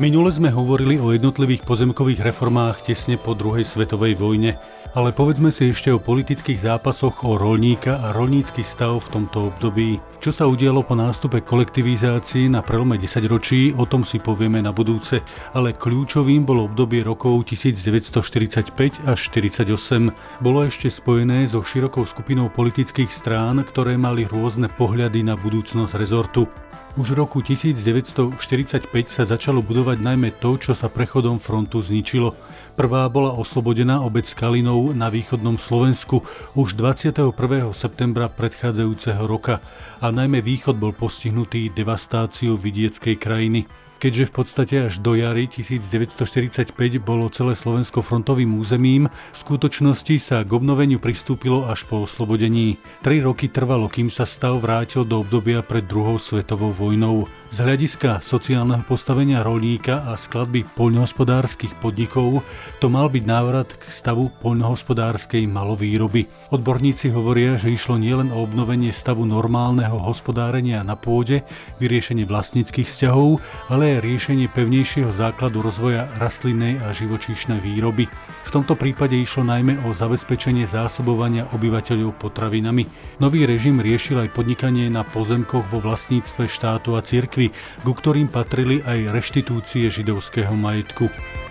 Minule sme hovorili o jednotlivých pozemkových reformách tesne po druhej svetovej vojne, ale povedzme si ešte o politických zápasoch o roľníka a roľnícky stav v tomto období. Čo sa udialo po nástupe kolektivizácie na prelome 10 ročí, o tom si povieme na budúce, ale kľúčovým bolo obdobie rokov 1945 až 1948. Bolo ešte spojené so širokou skupinou politických strán, ktoré mali rôzne pohľady na budúcnosť rezortu. Už v roku 1945 sa začalo budovať najmä to, čo sa prechodom frontu zničilo. Prvá bola oslobodená obec Kalinov na východnom Slovensku už 21. septembra predchádzajúceho roka a najmä východ bol postihnutý devastáciou vidieckej krajiny. Keďže v podstate až do jary 1945 bolo celé Slovensko frontovým územím, v skutočnosti sa k obnoveniu pristúpilo až po oslobodení. 3 roky trvalo, kým sa stav vrátil do obdobia pred druhou svetovou vojnou. Z hľadiska sociálneho postavenia roľníka a skladby poľnohospodárskych podnikov to mal byť návrat k stavu poľnohospodárskej malovýroby. Odborníci hovoria, že išlo nielen o obnovenie stavu normálneho hospodárenia na pôde, vyriešenie vlastníckych vzťahov, ale aj riešenie pevnejšieho základu rozvoja rastlinnej a živočíšnej výroby. V tomto prípade išlo najmä o zabezpečenie zásobovania obyvateľov potravinami. Nový režim riešil aj podnikanie na pozemkoch vo vlastníctve štátu a cirkvi, ku ktorým patrili aj reštitúcie židovského majetku.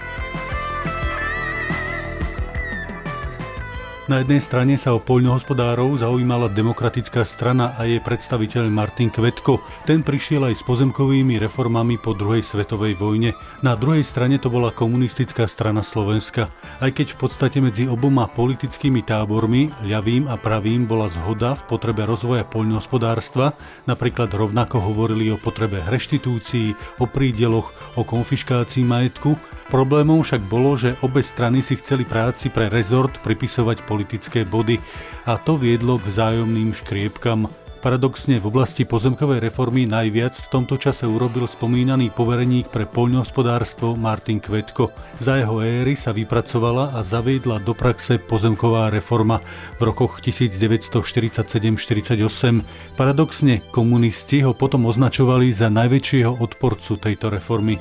Na jednej strane sa o poľnohospodárov zaujímala Demokratická strana a jej predstaviteľ Martin Kvetko. Ten prišiel aj s pozemkovými reformami po druhej svetovej vojne. Na druhej strane to bola Komunistická strana Slovenska. Aj keď v podstate medzi oboma politickými tábormi, ľavým a pravým, bola zhoda v potrebe rozvoja poľnohospodárstva, napríklad rovnako hovorili o potrebe reštitúcií, o prídeloch, o konfiškácii majetku. Problémom však bolo, že obe strany si chceli práci pre rezort pripisovať politické body a to viedlo k vzájomným škriepkam. Paradoxne v oblasti pozemkovej reformy najviac v tomto čase urobil spomínaný povereník pre poľnohospodárstvo Martin Kvetko. Za jeho éry sa vypracovala a zaviedla do praxe pozemková reforma v rokoch 1947-48. Paradoxne komunisti ho potom označovali za najväčšieho odporcu tejto reformy.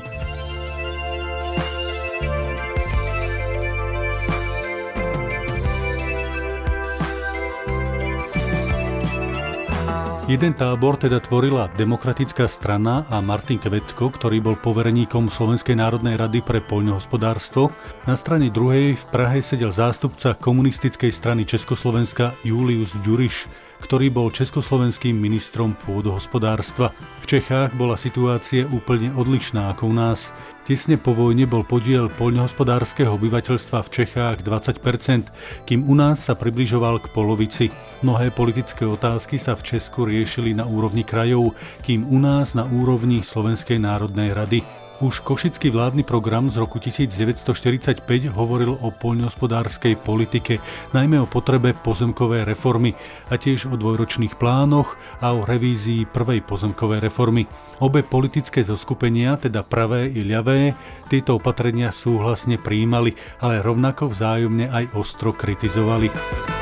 Jeden tábor teda tvorila Demokratická strana a Martin Kvetko, ktorý bol povereníkom Slovenskej národnej rady pre poľnohospodárstvo. Na strane druhej v Prahe sedel zástupca Komunistickej strany Československa Julius Ďuriš, ktorý bol československým ministrom pôdohospodárstva. V Čechách bola situácia úplne odlišná ako u nás. Tesne po vojne bol podiel poľnohospodárskeho obyvateľstva v Čechách 20%, kým u nás sa približoval k polovici. Mnohé politické otázky sa v Česku riešili na úrovni krajov, kým u nás na úrovni Slovenskej národnej rady. Už košický vládny program z roku 1945 hovoril o poľnohospodárskej politike, najmä o potrebe pozemkovej reformy a tiež o dvojročných plánoch a o revízii prvej pozemkovej reformy. Obe politické zoskupenia, teda pravé i ľavé, tieto opatrenia súhlasne prijímali, ale rovnako vzájomne aj ostro kritizovali.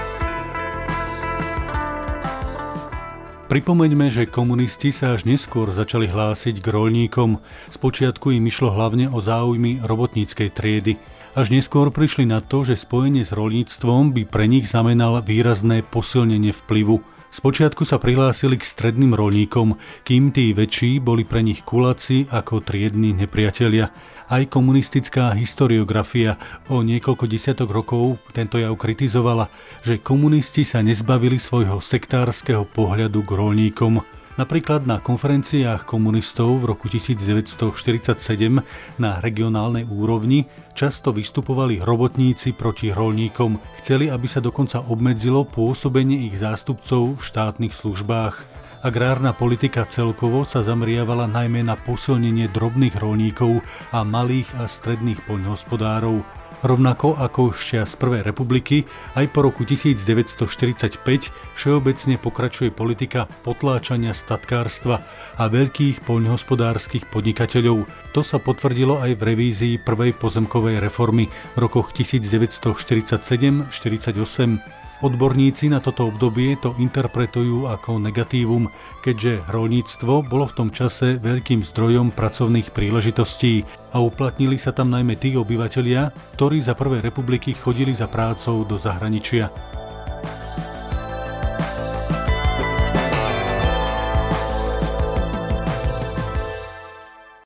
Pripomeňme, že komunisti sa až neskôr začali hlásiť k roľníkom. Spočiatku im išlo hlavne o záujmy robotníckej triedy. Až neskôr prišli na to, že spojenie s roľníctvom by pre nich znamenalo výrazné posilnenie vplyvu. Spočiatku sa prihlásili k stredným roľníkom, kým tí väčší boli pre nich kuláci ako triedni nepriatelia. Aj komunistická historiografia o niekoľko desiatok rokov tento jav kritizovala, že komunisti sa nezbavili svojho sektárskeho pohľadu k roľníkom. Napríklad na konferenciách komunistov v roku 1947 na regionálnej úrovni často vystupovali robotníci proti roľníkom. Chceli, aby sa dokonca obmedzilo pôsobenie ich zástupcov v štátnych službách. Agrárna politika celkovo sa zameriavala najmä na posilnenie drobných roľníkov a malých a stredných poľnohospodárov. Rovnako ako ešte z Prvej republiky, aj po roku 1945 všeobecne pokračuje politika potláčania statkárstva a veľkých poľnohospodárskych podnikateľov. To sa potvrdilo aj v revízii prvej pozemkovej reformy v rokoch 1947-48. Odborníci na toto obdobie to interpretujú ako negatívum, keďže roľníctvo bolo v tom čase veľkým zdrojom pracovných príležitostí a uplatnili sa tam najmä tí obyvatelia, ktorí za prvej republiky chodili za prácou do zahraničia.